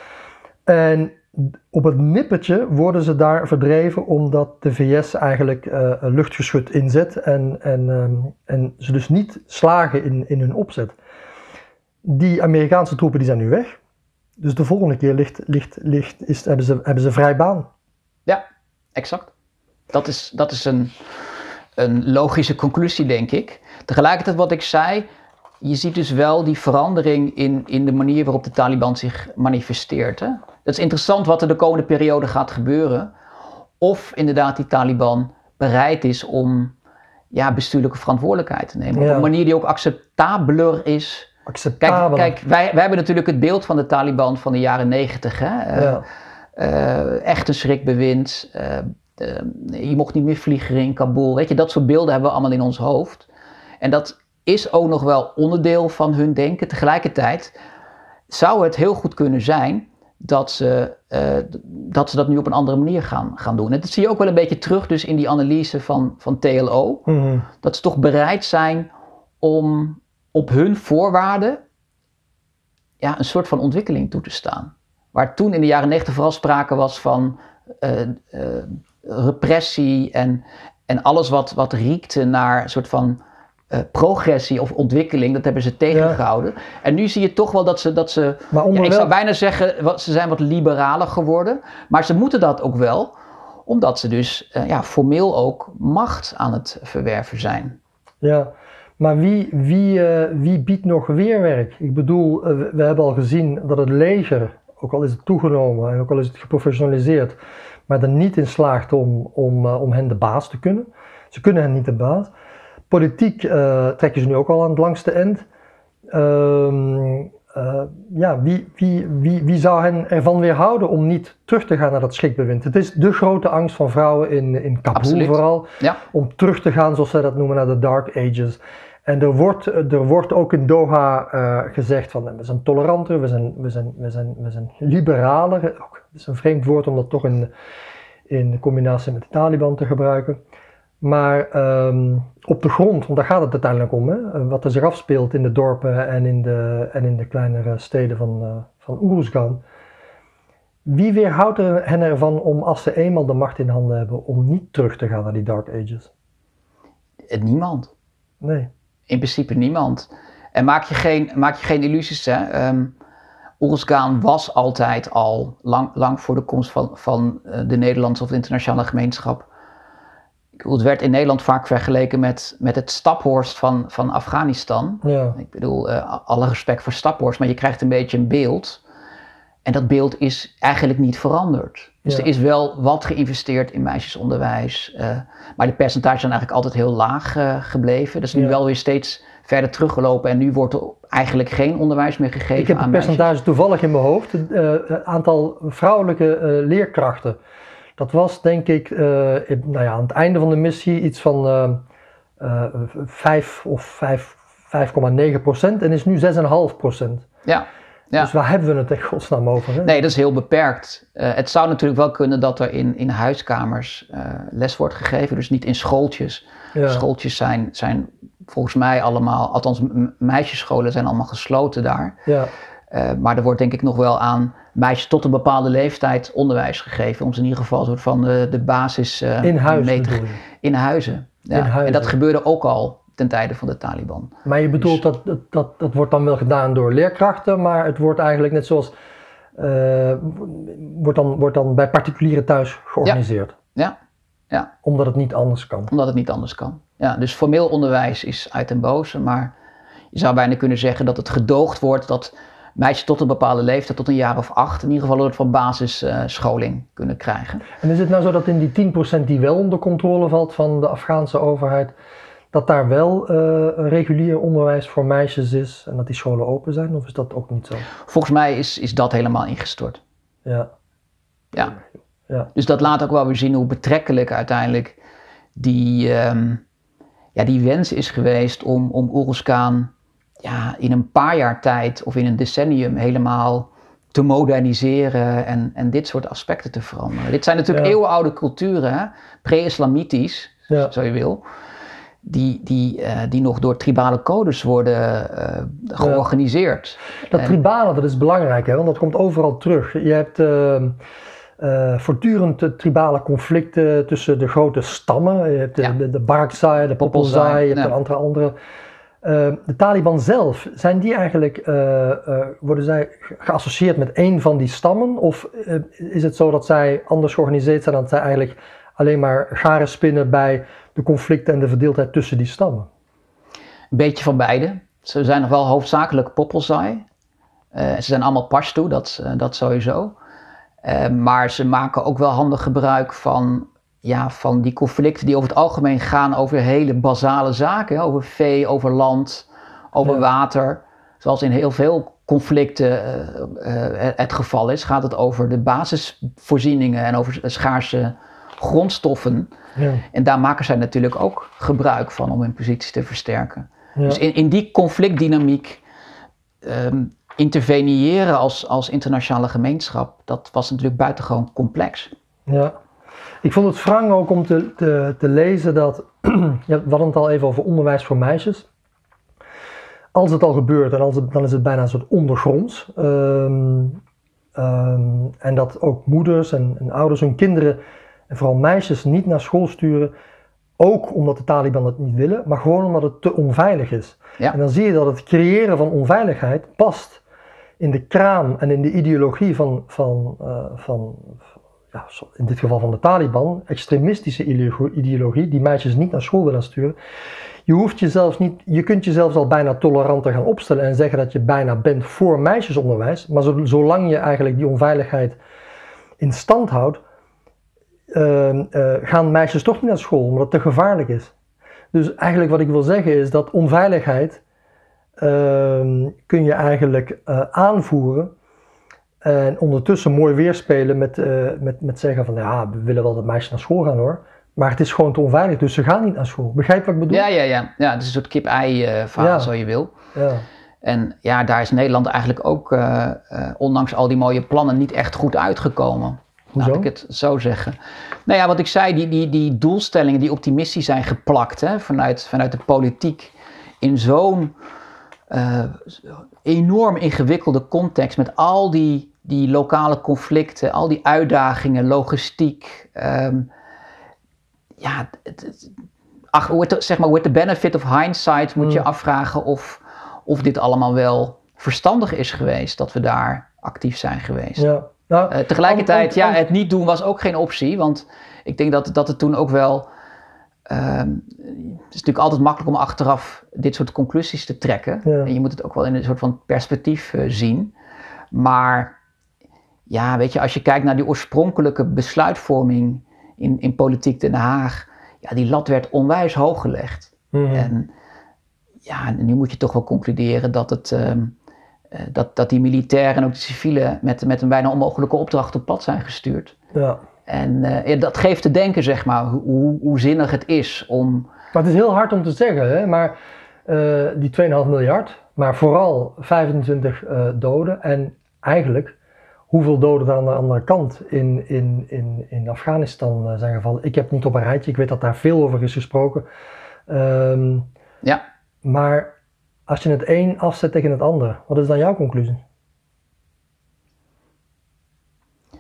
En op het nippertje worden ze daar verdreven omdat de V S eigenlijk uh, luchtgeschut inzet en, en, um, en ze dus niet slagen in, in hun opzet. Die Amerikaanse troepen die zijn nu weg. Dus de volgende keer ligt, ligt, ligt, is, hebben, ze, hebben ze vrij baan. Ja, exact. Dat is, dat is een, een logische conclusie, denk ik. Tegelijkertijd wat ik zei, je ziet dus wel die verandering in, in de manier waarop de Taliban zich manifesteert. Hè? Dat is interessant wat er de komende periode gaat gebeuren. Of inderdaad die Taliban bereid is om ja, bestuurlijke verantwoordelijkheid te nemen. Ja. Op een manier die ook acceptabeler is. Acceptabeler. Kijk, kijk wij, wij hebben natuurlijk het beeld van de Taliban van de jaren negentig. Hè? Ja. Uh, uh, echt een schrikbewind. Uh, uh, je mocht niet meer vliegen in Kabul. Weet je, dat soort beelden hebben we allemaal in ons hoofd. En dat is ook nog wel onderdeel van hun denken. Tegelijkertijd zou het heel goed kunnen zijn dat ze, uh, dat, ze dat nu op een andere manier gaan, gaan doen. En dat zie je ook wel een beetje terug dus in die analyse van, van T L O. Mm-hmm. Dat ze toch bereid zijn om op hun voorwaarden ja, een soort van ontwikkeling toe te staan. Waar toen in de jaren negentig vooral sprake was van uh, uh, repressie en, en alles wat, wat riekte naar een soort van Uh, progressie of ontwikkeling, dat hebben ze tegengehouden. Ja. En nu zie je toch wel dat ze, dat ze ja, ik wel... zou bijna zeggen, wat, ze zijn wat liberaler geworden, maar ze moeten dat ook wel, omdat ze dus uh, ja, formeel ook macht aan het verwerven zijn. Ja, maar wie, wie, uh, wie biedt nog weerwerk? Ik bedoel, uh, we hebben al gezien dat het leger, ook al is het toegenomen en ook al is het geprofessionaliseerd, maar er niet in slaagt om, om, uh, om hen de baas te kunnen. Ze kunnen hen niet de baas. Politiek uh, trekken ze nu ook al aan het langste eind. Um, uh, ja, wie, wie, wie, wie zou hen ervan weerhouden om niet terug te gaan naar dat schrikbewind? Het is de grote angst van vrouwen in, in Kabul Absoluut. vooral, ja. om terug te gaan, zoals zij dat noemen, naar de Dark Ages. En er wordt, er wordt ook in Doha uh, gezegd van, we zijn toleranter, we zijn, we zijn, we zijn, we zijn liberaler. Het is een vreemd woord om dat toch in, in combinatie met de Taliban te gebruiken. Maar um, op de grond, want daar gaat het uiteindelijk om, hè, wat er zich afspeelt in de dorpen en in de, en in de kleinere steden van, uh, van Uruzgan. Wie weerhoudt er hen ervan om, als ze eenmaal de macht in handen hebben, om niet terug te gaan naar die Dark Ages? Niemand. Nee. In principe niemand. En maak je geen, maak je geen illusies, hè. Um, Uruzgan was altijd al, lang, lang voor de komst van, van de Nederlandse of de internationale gemeenschap. Het werd in Nederland vaak vergeleken met, met het Staphorst van, van Afghanistan. Ja. Ik bedoel, uh, alle respect voor Staphorst, maar je krijgt een beetje een beeld. En dat beeld is eigenlijk niet veranderd. Dus ja. er is wel wat geïnvesteerd in meisjesonderwijs. Uh, maar de percentages zijn eigenlijk altijd heel laag uh, gebleven. Dat is nu ja. wel weer steeds verder teruggelopen. En nu wordt er eigenlijk geen onderwijs meer gegeven aan meisjes. Ik heb de percentages toevallig in mijn hoofd. Het uh, aantal vrouwelijke uh, leerkrachten. Dat was denk ik uh, nou ja, aan het einde van de missie iets van uh, uh, vijf of vijf komma negen procent en is nu zes komma vijf procent. Ja, ja. Dus waar hebben we het in godsnaam over? Hè? Nee, dat is heel beperkt. Uh, het zou natuurlijk wel kunnen dat er in, in huiskamers uh, les wordt gegeven, dus niet in schooltjes. Ja. Schooltjes zijn, zijn volgens mij allemaal, althans meisjesscholen zijn allemaal gesloten daar. Ja. Uh, maar er wordt denk ik nog wel aan meisjes tot een bepaalde leeftijd onderwijs gegeven. Om ze in ieder geval een soort van de, de basis uh, in huizen. Te, in huizen. Ja. In huizen. En dat gebeurde ook al ten tijde van de Taliban. Maar je bedoelt dus, dat, dat, dat dat wordt dan wel gedaan door leerkrachten, maar het wordt eigenlijk net zoals, uh, wordt, dan, wordt dan bij particulieren thuis georganiseerd? Ja, ja, ja. Omdat het niet anders kan? Omdat het niet anders kan. Ja, dus formeel onderwijs is uit den boze, maar je zou bijna kunnen zeggen dat het gedoogd wordt dat meisjes tot een bepaalde leeftijd, tot een jaar of acht, in ieder geval een soort van basisscholing uh, kunnen krijgen. En is het nou zo dat in die tien procent die wel onder controle valt van de Afghaanse overheid, dat daar wel uh, regulier onderwijs voor meisjes is en dat die scholen open zijn, of is dat ook niet zo? Volgens mij is, is dat helemaal ingestort. Ja. Ja. ja. Dus dat laat ook wel weer zien hoe betrekkelijk uiteindelijk die, um, ja, die wens is geweest om, om Uruz Khan ja, in een paar jaar tijd of in een decennium helemaal te moderniseren en, en dit soort aspecten te veranderen. Dit zijn natuurlijk ja. eeuwenoude culturen, pre-islamitisch, ja. zo je wil, die, die, uh, die nog door tribale codes worden uh, georganiseerd. Ja. Dat en, tribale, dat is belangrijk, hè, want dat komt overal terug. Je hebt uh, uh, voortdurend uh, tribale conflicten tussen de grote stammen. Je hebt de, ja. de, de Barakzai, de Popolzai, je hebt ja. een aantal andere. Uh, de Taliban zelf, zijn die eigenlijk, uh, uh, worden zij geassocieerd met één van die stammen? Of uh, is het zo dat zij anders georganiseerd zijn, dat zij eigenlijk alleen maar garen spinnen bij de conflicten en de verdeeldheid tussen die stammen? Een beetje van beide. Ze zijn nog wel hoofdzakelijk Popolzai. Uh, ze zijn allemaal Pashto, dat, uh, dat sowieso. Uh, maar ze maken ook wel handig gebruik van... Ja, van die conflicten die over het algemeen gaan over hele basale zaken. Hè? Over vee, over land, over ja. water. Zoals in heel veel conflicten uh, uh, het geval is, gaat het over de basisvoorzieningen en over schaarse grondstoffen. Ja. En daar maken zij natuurlijk ook gebruik van om hun positie te versterken. Ja. Dus in, in die conflictdynamiek um, interveneren als, als internationale gemeenschap, dat was natuurlijk buitengewoon complex. Ja. Ik vond het wrang ook om te, te, te lezen dat, ja, we hadden het al even over onderwijs voor meisjes. Als het al gebeurt, en als het, dan is het bijna een soort ondergronds. Um, um, en dat ook moeders en, en ouders hun kinderen, en vooral meisjes, niet naar school sturen. Ook omdat de Taliban het niet willen, maar gewoon omdat het te onveilig is. Ja. En dan zie je dat het creëren van onveiligheid past in de kraam en in de ideologie van... van, uh, van Ja, in dit geval van de Taliban, extremistische ideologie, die meisjes niet naar school willen sturen. Je hoeft jezelf niet, je kunt jezelf al bijna toleranter gaan opstellen en zeggen dat je bijna bent voor meisjesonderwijs, maar zolang je eigenlijk die onveiligheid in stand houdt, uh, uh, gaan meisjes toch niet naar school, omdat het te gevaarlijk is. Dus eigenlijk wat ik wil zeggen is dat onveiligheid uh, kun je eigenlijk uh, aanvoeren. En ondertussen mooi weerspelen met, uh, met, met zeggen van ja, we willen wel dat meisjes naar school gaan hoor. Maar het is gewoon te onveilig, dus ze gaan niet naar school. Begrijp je wat ik bedoel? Ja, ja, ja. ja het is een soort kip-ei uh, verhaal, ja. zo je wil. Ja. En ja, daar is Nederland eigenlijk ook, uh, uh, ondanks al die mooie plannen, niet echt goed uitgekomen. Hoezo? Laat ik het zo zeggen. Nou ja, wat ik zei, die, die, die doelstellingen die optimistisch zijn geplakt hè, vanuit, vanuit de politiek in zo'n uh, enorm ingewikkelde context met al die... Die lokale conflicten, al die uitdagingen, logistiek. Um, ja, het, het, ach, with the, zeg maar, with the benefit of hindsight moet je mm. afvragen of, of dit allemaal wel verstandig is geweest, dat we daar actief zijn geweest. Ja. Nou, uh, tegelijkertijd, om, om, om, ja, het niet doen was ook geen optie, want ik denk dat, dat het toen ook wel... Um, het is natuurlijk altijd makkelijk om achteraf dit soort conclusies te trekken. Ja. En je moet het ook wel in een soort van perspectief uh, zien. Maar... Ja, weet je, als je kijkt naar die oorspronkelijke besluitvorming in, in politiek Den Haag, ja, die lat werd onwijs hoog gelegd. Mm-hmm. En ja, nu moet je toch wel concluderen dat, het, um, uh, dat, dat die militairen en ook de civielen met, met een bijna onmogelijke opdracht op pad zijn gestuurd. Ja. En uh, ja, dat geeft te denken, zeg maar, hoe, hoe zinnig het is om... Maar het is heel hard om te zeggen, hè? Maar uh, die twee komma vijf miljard, maar vooral vijfentwintig uh, doden en eigenlijk... Hoeveel doden er aan de andere kant in, in, in, in Afghanistan zijn gevallen. Ik heb niet op een rijtje, ik weet dat daar veel over is gesproken. Um, ja. Maar als je het een afzet tegen het ander, wat is dan jouw conclusie?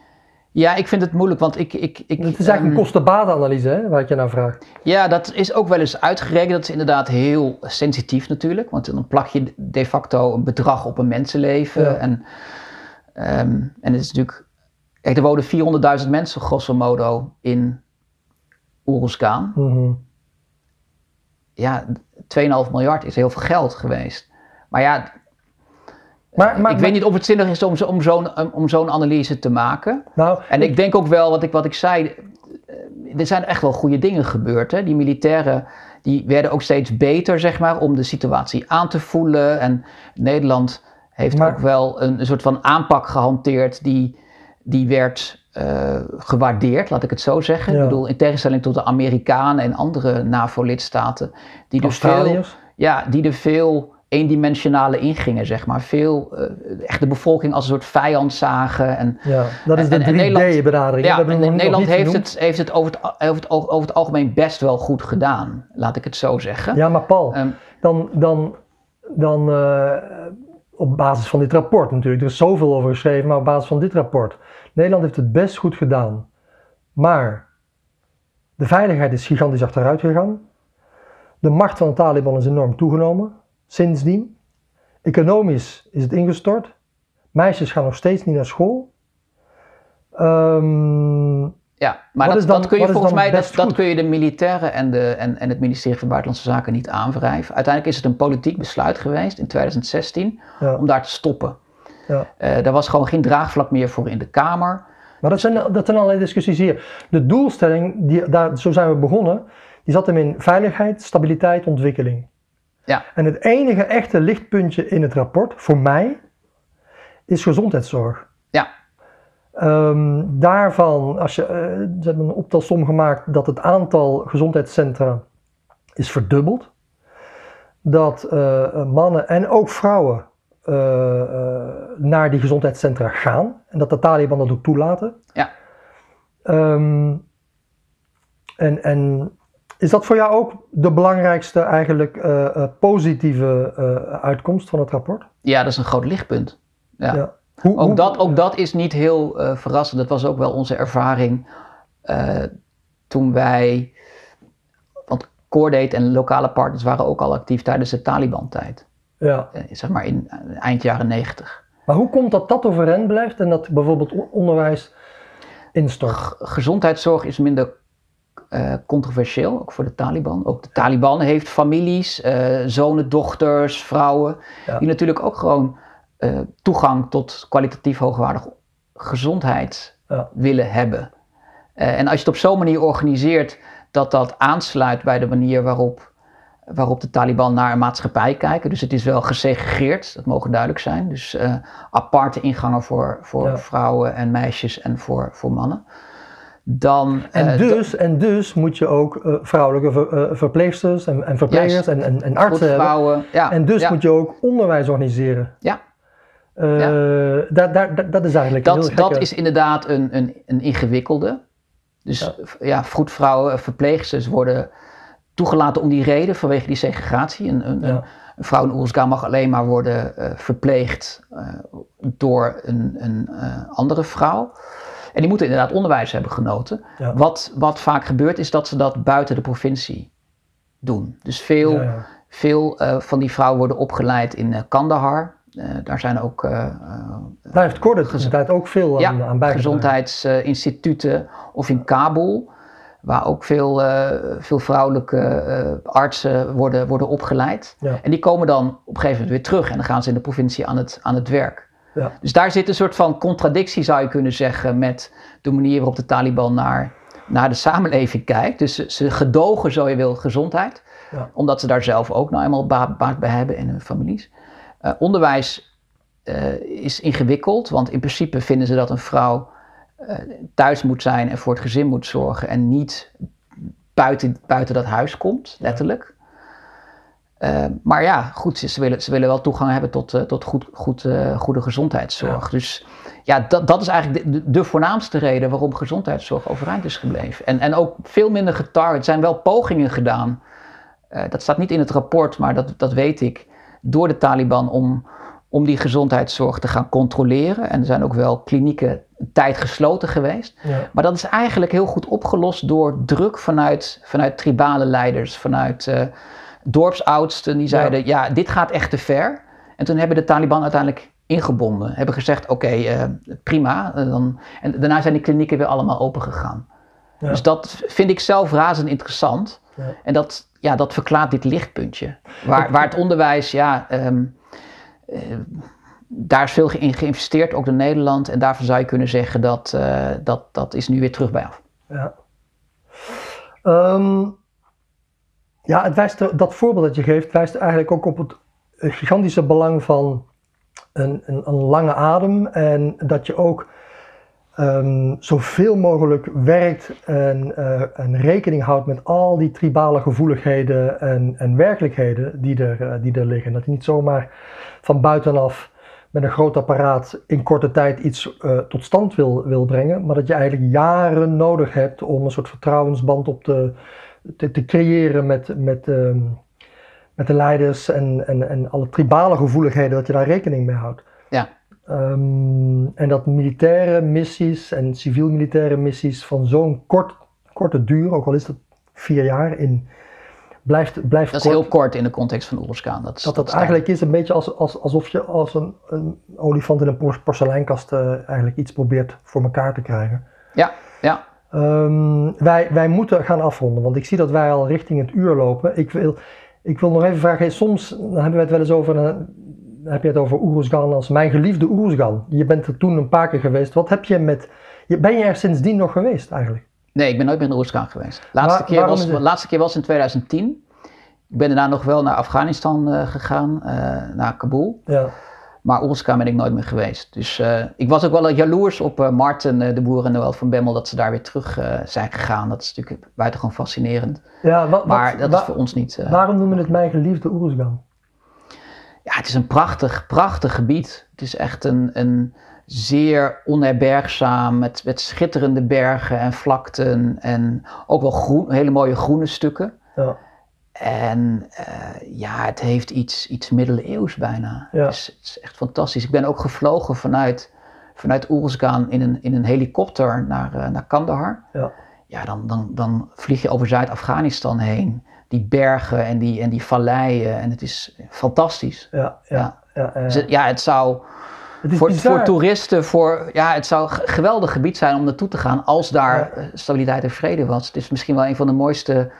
Ja, ik vind het moeilijk, want ik... ik, ik het is eigenlijk um, een kosten-batenanalyse, hè, waar ik je naar vraag. Ja, dat is ook wel eens uitgerekend. Dat is inderdaad heel sensitief natuurlijk. Want dan plak je de facto een bedrag op een mensenleven. Ja. En, um, en het is natuurlijk... Kijk, er wonen vierhonderdduizend mensen, grosso modo, in Uruzgan. Mm-hmm. Ja, twee komma vijf miljard is heel veel geld geweest. Maar ja... Maar, maar, ik weet niet of het zinnig is om, zo, om, zo'n, om zo'n analyse te maken. Nou, en ik, ik denk ook wel, wat ik, wat ik zei, er zijn echt wel goede dingen gebeurd. Hè? Die militairen die werden ook steeds beter, zeg maar, om de situatie aan te voelen. En Nederland heeft maar, ook wel een, een soort van aanpak gehanteerd die, die werd uh, gewaardeerd, laat ik het zo zeggen. Ja. Ik bedoel, in tegenstelling tot de Amerikanen en andere NAVO-lidstaten, die er veel, ja, die er veel eendimensionale ingingen, zeg maar. Veel, uh, echt de bevolking als een soort vijand zagen. En, ja, dat is de drie D-benadering. Ja, en Nederland heeft het, heeft het, over het, over het over het algemeen best wel goed gedaan, laat ik het zo zeggen. Ja, maar Paul, um, dan, dan, dan uh, op basis van dit rapport natuurlijk, er is zoveel over geschreven, maar op basis van dit rapport. Nederland heeft het best goed gedaan, maar de veiligheid is gigantisch achteruit gegaan. De macht van de Taliban is enorm toegenomen. Sindsdien. Economisch is het ingestort. Meisjes gaan nog steeds niet naar school. Um, ja, maar dat, dan, dat kun je volgens mij, dat, dat kun je de militairen en, de, en, en het ministerie van Buitenlandse Zaken niet aanwrijven. Uiteindelijk is het een politiek besluit geweest in twintig zestien ja. om daar te stoppen. Ja. Uh, daar was gewoon geen draagvlak meer voor in de Kamer. Maar dat zijn, dat zijn allerlei discussies hier. De doelstelling, die, daar, zo zijn we begonnen, die zat hem in veiligheid, stabiliteit, ontwikkeling. Ja. En het enige echte lichtpuntje in het rapport, voor mij, is gezondheidszorg. Ja. Um, daarvan, als je, uh, ze hebben een optelsom gemaakt dat het aantal gezondheidscentra is verdubbeld. Dat uh, mannen en ook vrouwen uh, uh, naar die gezondheidscentra gaan. En dat de Taliban dat ook toelaten. Ja. Um, en... en Is dat voor jou ook de belangrijkste eigenlijk uh, uh, positieve uh, uitkomst van het rapport? Ja, dat is een groot lichtpunt. Ja. Ja. Hoe, ook, hoe, dat, ook dat is niet heel uh, verrassend. Dat was ook wel onze ervaring uh, toen wij... Want Cordate en lokale partners waren ook al actief tijdens de Taliban-tijd. Ja. Uh, zeg maar in uh, eind jaren negentig. Maar hoe komt dat dat overeind blijft en dat bijvoorbeeld onderwijs instort? G- gezondheidszorg is minder... Uh, controversieel, ook voor de Taliban. Ook de Taliban heeft families, uh, zonen, dochters, vrouwen, ja. die natuurlijk ook gewoon uh, toegang tot kwalitatief hoogwaardig gezondheid ja. willen hebben. Uh, en als je het op zo'n manier organiseert dat dat aansluit bij de manier waarop, waarop de Taliban naar een maatschappij kijken. Dus het is wel gesegregeerd, dat mogen duidelijk zijn. Dus uh, aparte ingangen voor, voor ja. vrouwen en meisjes en voor, voor mannen. Dan, en, uh, dus, en dus moet je ook uh, vrouwelijke ver, uh, verpleegsters en, en verplegers en, en, en artsen vrouwen, hebben. Ja, en dus ja. moet je ook onderwijs organiseren. Ja. Uh, ja. dat, dat, dat is eigenlijk dat, heel gekke... Dat is inderdaad een, een, een ingewikkelde. Dus ja, ja vroedvrouwen, verpleegsters worden toegelaten om die reden vanwege die segregatie. Een, een, ja. een vrouw in Uruzgan mag alleen maar worden uh, verpleegd uh, door een, een uh, andere vrouw. En die moeten inderdaad onderwijs hebben genoten. Ja. Wat, wat vaak gebeurt is dat ze dat buiten de provincie doen. Dus veel, ja, ja. veel uh, van die vrouwen worden opgeleid in uh, Kandahar. Uh, daar zijn ook... Uh, daar heeft Cordate gez- tijd ook veel ja, aan, aan bijgedragen. gezondheidsinstituten of in Kabul. Waar ook veel, uh, veel vrouwelijke uh, artsen worden, worden opgeleid. Ja. En die komen dan op een gegeven moment weer terug. En dan gaan ze in de provincie aan het, aan het werk. Ja. Dus daar zit een soort van contradictie, zou je kunnen zeggen, met de manier waarop de Taliban naar, naar de samenleving kijkt. Dus ze, ze gedogen, zo je wil, gezondheid. Ja. Omdat ze daar zelf ook nou eenmaal baat, baat bij hebben in hun families. Uh, onderwijs uh, is ingewikkeld, want in principe vinden ze dat een vrouw uh, thuis moet zijn en voor het gezin moet zorgen en niet buiten, buiten dat huis komt, letterlijk. Uh, maar ja, goed, ze willen, ze willen wel toegang hebben tot, uh, tot goed, goed, uh, goede gezondheidszorg. Ja. Dus ja, dat, dat is eigenlijk de, de voornaamste reden waarom gezondheidszorg overeind is gebleven. En, en ook veel minder getarget. Er zijn wel pogingen gedaan, uh, dat staat niet in het rapport, maar dat, dat weet ik, door de Taliban om, om die gezondheidszorg te gaan controleren. En er zijn ook wel klinieken een tijd gesloten geweest. Ja. Maar dat is eigenlijk heel goed opgelost door druk vanuit, vanuit tribale leiders, vanuit uh, dorpsoudsten. Die zeiden, ja. ja, dit gaat echt te ver. En toen hebben de Taliban uiteindelijk ingebonden. Hebben gezegd, oké, okay, uh, prima. Uh, dan, en daarna zijn die klinieken weer allemaal open gegaan. Ja. Dus dat vind ik zelf razend interessant. Ja. En dat, ja, dat verklaart dit lichtpuntje. Waar, waar het onderwijs, ja... Um, uh, daar is veel in geïnvesteerd, ook door Nederland. En daarvan zou je kunnen zeggen dat uh, dat, dat is nu weer terug bij af. Ja, um, ja het wijst er, dat voorbeeld dat je geeft, wijst eigenlijk ook op het gigantische belang van een, een, een lange adem. En dat je ook um, zoveel mogelijk werkt en, uh, en rekening houdt met al die tribale gevoeligheden en, en werkelijkheden die er, uh, die er liggen. Dat je niet zomaar van buitenaf met een groot apparaat in korte tijd iets uh, tot stand wil, wil brengen, maar dat je eigenlijk jaren nodig hebt om een soort vertrouwensband op te, te, te creëren met, met, um, met de leiders en, en, en alle tribale gevoeligheden, dat je daar rekening mee houdt. Ja. Um, en dat militaire missies en civiel-militaire missies van zo'n kort, korte duur, ook al is dat vier jaar in... Blijft, blijft dat is kort. Heel kort in de context van Oeruzgan. Dat, dat dat eigenlijk is een beetje als, als, alsof je als een, een olifant in een porseleinkast uh, eigenlijk iets probeert voor elkaar te krijgen. Ja, ja. Um, wij, wij moeten gaan afronden, want ik zie dat wij al richting het uur lopen. Ik wil, ik wil nog even vragen, soms dan hebben we het wel eens over, uh, heb je het over Oeruzgan als mijn geliefde Oeruzgan. Je bent er toen een paar keer geweest. Wat heb je met, ben je er sindsdien nog geweest eigenlijk? Nee, ik ben nooit meer in Oeruzgan geweest. Laatste, Waar, keer was, de laatste keer was in twintig tien. Ik ben daarna nog wel naar Afghanistan uh, gegaan, uh, naar Kabul. Ja. Maar Oeruzgan ben ik nooit meer geweest. Dus uh, ik was ook wel jaloers op uh, Marten, uh, de boer en Noël van Bemmel, dat ze daar weer terug uh, zijn gegaan. Dat is natuurlijk buitengewoon fascinerend. Ja, wat, maar wat, dat wa- is voor ons niet... Uh, waarom noemen we het mijn geliefde Oeruzgan? Ja, het is een prachtig, prachtig gebied. Het is echt een... een zeer onherbergzaam, met, met schitterende bergen en vlakten en ook wel groen, hele mooie groene stukken. Ja. En uh, ja, het heeft iets, iets middeleeuws bijna. Ja. Het, is, het is echt fantastisch. Ik ben ook gevlogen vanuit, vanuit Oeruzgan in een, in een helikopter naar, uh, naar Kandahar. Ja, ja dan, dan, dan vlieg je over Zuid-Afghanistan heen. Die bergen en die, en die valleien en het is fantastisch. Ja, ja, ja. Ja, ja. Dus het, ja, het zou... Het voor, voor toeristen, voor, ja, het zou een geweldig gebied zijn om naartoe te gaan als daar ja. stabiliteit en vrede was. Het is misschien wel een van de mooiste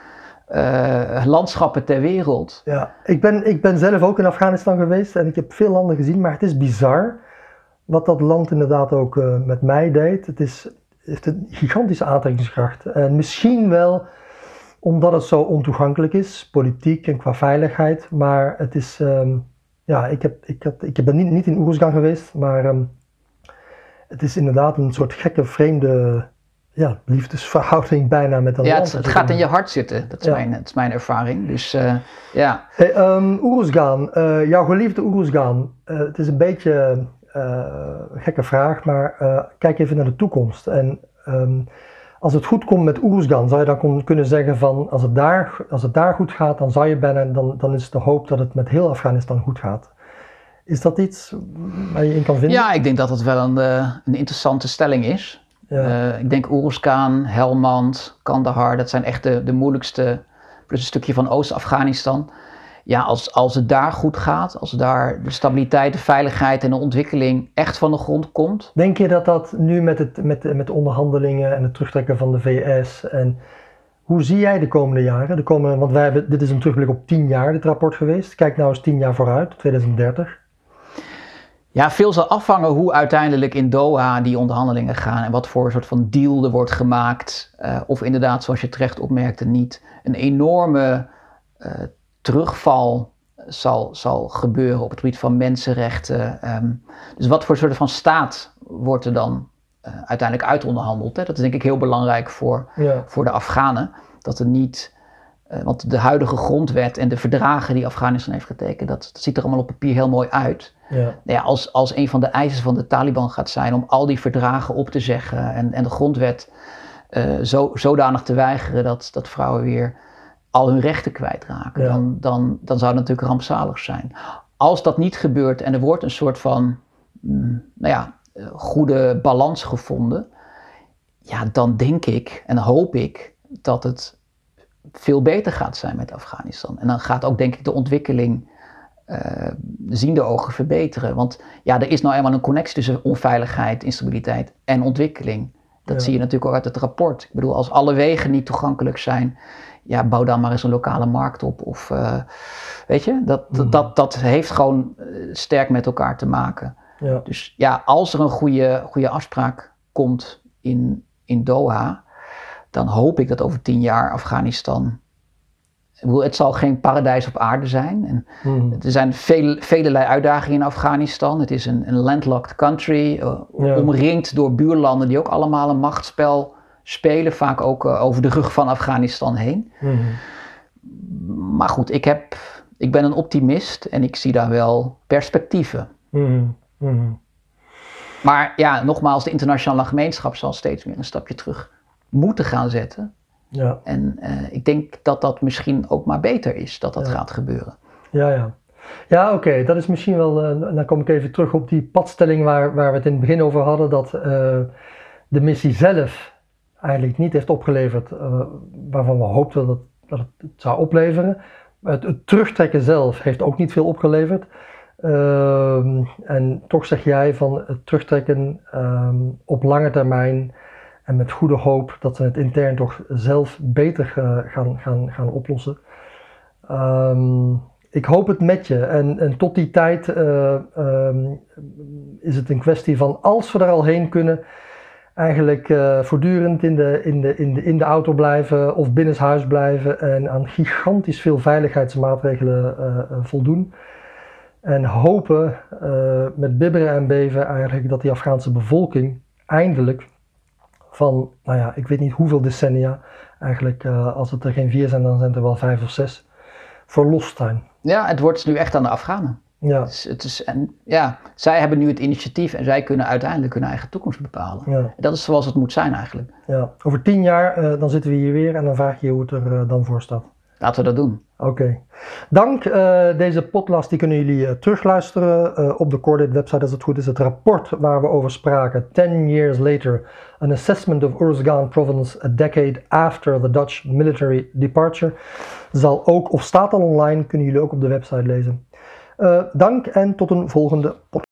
uh, landschappen ter wereld. Ja, ik ben, ik ben zelf ook in Afghanistan geweest en ik heb veel landen gezien, maar het is bizar wat dat land inderdaad ook uh, met mij deed. Het is, heeft een gigantische aantrekkingskracht en misschien wel omdat het zo ontoegankelijk is, politiek en qua veiligheid, maar het is... Um, Ja, ik, heb, ik, heb, ik ben niet, niet in Oeruzgan geweest, maar um, het is inderdaad een soort gekke, vreemde ja, liefdesverhouding bijna met dat ja, land. Het, het gaat in je hart zitten, dat is, ja. mijn, dat is mijn ervaring. Dus uh, ja. Hey, um, Oeruzgan, uh, jouw geliefde Oeruzgan, uh, het is een beetje uh, een gekke vraag, maar uh, kijk even naar de toekomst. En um, als het goed komt met Oeruzgan, zou je dan kunnen zeggen van als het daar, als het daar goed gaat, dan zou je bijna, dan, dan is de hoop dat het met heel Afghanistan goed gaat. Is dat iets waar je in kan vinden? Ja, ik denk dat het wel een, een interessante stelling is. Ja. Uh, ik denk Oeruzgan, Helmand, Kandahar, dat zijn echt de, de moeilijkste, plus een stukje van Oost-Afghanistan. Ja, als, als het daar goed gaat, als daar de stabiliteit, de veiligheid en de ontwikkeling echt van de grond komt. Denk je dat dat nu met, het, met, met de onderhandelingen en het terugtrekken van de V S en hoe zie jij de komende jaren? De komende, want wij hebben, dit is een terugblik op tien jaar, dit rapport geweest. Kijk nou eens tien jaar vooruit, twintig dertig. Ja, veel zal afhangen hoe uiteindelijk in Doha die onderhandelingen gaan en wat voor soort van deal er wordt gemaakt. Uh, of inderdaad, zoals je terecht opmerkte, niet een enorme uh, terugval zal, zal gebeuren op het gebied van mensenrechten. Um, dus wat voor soort van staat wordt er dan uh, uiteindelijk uitonderhandeld? Hè? Dat is denk ik heel belangrijk voor, ja. voor de Afghanen. Dat er niet, uh, want de huidige grondwet en de verdragen die Afghanistan heeft getekend, dat, dat ziet er allemaal op papier heel mooi uit. Ja. Nou ja, als, als een van de eisen van de Taliban gaat zijn om al die verdragen op te zeggen en, en de grondwet uh, zo, zodanig te weigeren dat, dat vrouwen weer al hun rechten kwijtraken, ja. dan, dan, dan zou het natuurlijk rampzalig zijn. als dat niet gebeurt en er wordt een soort van mm, nou ja, goede balans gevonden, ja, dan denk ik en hoop ik dat het veel beter gaat zijn met Afghanistan. En dan gaat ook denk ik de ontwikkeling uh, ziende ogen verbeteren. Want ja, er is nou eenmaal een connectie tussen onveiligheid, instabiliteit en ontwikkeling. Dat ja. zie je natuurlijk ook uit het rapport. Ik bedoel, als alle wegen niet toegankelijk zijn, ja, bouw dan maar eens een lokale markt op. Of uh, weet je, dat, mm. dat, dat heeft gewoon uh, sterk met elkaar te maken. Ja. Dus ja, als er een goede, goede afspraak komt in, in Doha, dan hoop ik dat over tien jaar Afghanistan... Ik bedoel, het zal geen paradijs op aarde zijn. En mm. Er zijn veel, velelei uitdagingen in Afghanistan. Het is een, een landlocked country, uh, ja. omringd door buurlanden die ook allemaal een machtsspel spelen. Vaak ook uh, over de rug van Afghanistan heen. Mm. Maar goed, ik, heb, ik ben een optimist en ik zie daar wel perspectieven. Mm. Mm. Maar ja, nogmaals, de internationale gemeenschap zal steeds meer een stapje terug moeten gaan zetten. Ja. En uh, ik denk dat dat misschien ook maar beter is dat dat ja. gaat gebeuren. Ja, ja. Ja, oké. Okay. Dat is misschien wel, uh, dan kom ik even terug op die padstelling waar, waar we het in het begin over hadden, dat uh, de missie zelf eigenlijk niet heeft opgeleverd uh, waarvan we hoopten dat, dat het zou opleveren. Het, het terugtrekken zelf heeft ook niet veel opgeleverd. Uh, en toch zeg jij van het terugtrekken um, op lange termijn en met goede hoop dat ze het intern toch zelf beter uh, gaan, gaan, gaan oplossen. Um, ik hoop het met je en, en tot die tijd uh, um, is het een kwestie van als we er al heen kunnen, eigenlijk uh, voortdurend in de, in, de, in, de, in de auto blijven of binnenshuis blijven en aan gigantisch veel veiligheidsmaatregelen uh, uh, voldoen. En hopen uh, met bibberen en beven eigenlijk dat die Afghaanse bevolking eindelijk van, nou ja, ik weet niet hoeveel decennia, eigenlijk uh, als het er geen vier zijn dan zijn het er wel vijf of zes, verlost zijn. Ja, het wordt nu echt aan de Afghanen. Ja. Het is, het is, en, ja, zij hebben nu het initiatief en zij kunnen uiteindelijk hun eigen toekomst bepalen. Ja. Dat is zoals het moet zijn eigenlijk. Ja. Over tien jaar uh, dan zitten we hier weer en dan vraag je je hoe het er uh, dan voor staat. Laten we dat doen. Oké. Okay. Dank. Uh, deze podcast die kunnen jullie uh, terugluisteren uh, op de Cordate website als het goed is. Het rapport waar we over spraken, ten years later, an assessment of Uruzgan province a decade after the Dutch military departure, zal ook of staat al online, kunnen jullie ook op de website lezen. Uh, dank en tot een volgende podcast.